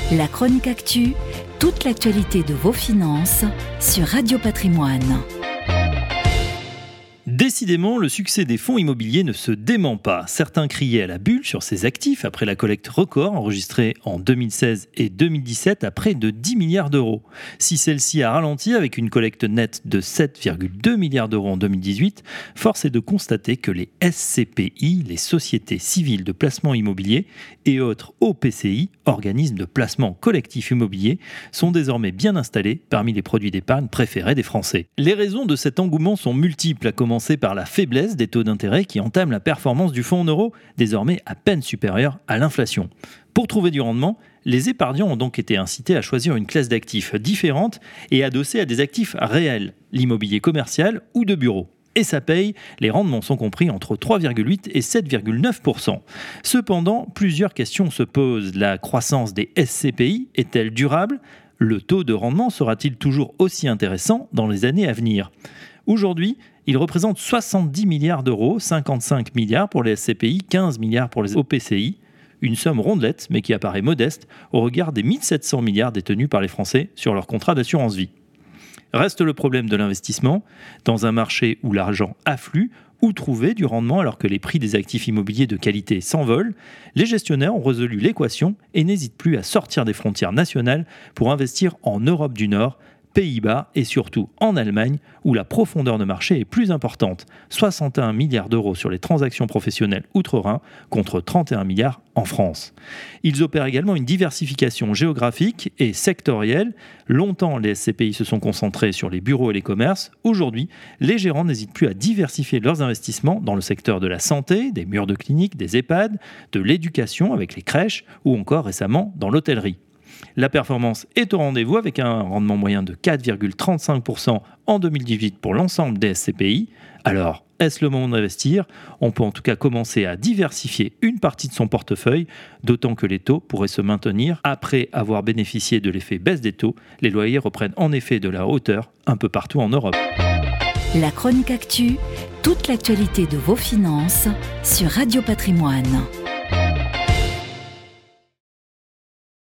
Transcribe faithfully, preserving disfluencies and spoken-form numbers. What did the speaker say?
La chronique actu, toute l'actualité de vos finances sur Radio Patrimoine. Décidément, le succès des fonds immobiliers ne se dément pas. Certains criaient à la bulle sur ces actifs après la collecte record enregistrée en deux mille seize et deux mille dix-sept à près de dix milliards d'euros. Si celle-ci a ralenti avec une collecte nette de sept virgule deux milliards d'euros en deux mille dix-huit, force est de constater que les S C P I, les sociétés civiles de placement immobilier, et autres O P C I, organismes de placement collectif immobilier, sont désormais bien installés parmi les produits d'épargne préférés des Français. Les raisons de cet engouement sont multiples, à commencer par la faiblesse des taux d'intérêt qui entament la performance du fonds en euros, désormais à peine supérieure à l'inflation. Pour trouver du rendement, les épargnants ont donc été incités à choisir une classe d'actifs différente et adossée à des actifs réels, l'immobilier commercial ou de bureau. Et ça paye, les rendements sont compris entre trois virgule huit et sept virgule neuf pour cent. Cependant, plusieurs questions se posent. La croissance des S C P I est-elle durable ? Le taux de rendement sera-t-il toujours aussi intéressant dans les années à venir ? Aujourd'hui, il représente soixante-dix milliards d'euros, cinquante-cinq milliards pour les S C P I, quinze milliards pour les O P C I. Une somme rondelette, mais qui apparaît modeste au regard des mille sept cents milliards détenus par les Français sur leur contrat d'assurance vie. Reste le problème de l'investissement. Dans un marché où l'argent afflue, où trouver du rendement alors que les prix des actifs immobiliers de qualité s'envolent, les gestionnaires ont résolu l'équation et n'hésitent plus à sortir des frontières nationales pour investir en Europe du Nord, Pays-Bas et surtout en Allemagne où la profondeur de marché est plus importante, soixante et un milliards d'euros sur les transactions professionnelles outre-Rhin contre trente et un milliards en France. Ils opèrent également une diversification géographique et sectorielle. Longtemps, les S C P I se sont concentrés sur les bureaux et les commerces. Aujourd'hui, les gérants n'hésitent plus à diversifier leurs investissements dans le secteur de la santé, des murs de cliniques, des EHPAD, de l'éducation avec les crèches ou encore récemment dans l'hôtellerie. La performance est au rendez-vous avec un rendement moyen de quatre virgule trente-cinq pour cent en deux mille dix-huit pour l'ensemble des S C P I. Alors, est-ce le moment d'investir ? On peut en tout cas commencer à diversifier une partie de son portefeuille, d'autant que les taux pourraient se maintenir. Après avoir bénéficié de l'effet baisse des taux, les loyers reprennent en effet de la hauteur un peu partout en Europe. La chronique actu, toute l'actualité de vos finances sur Radio Patrimoine.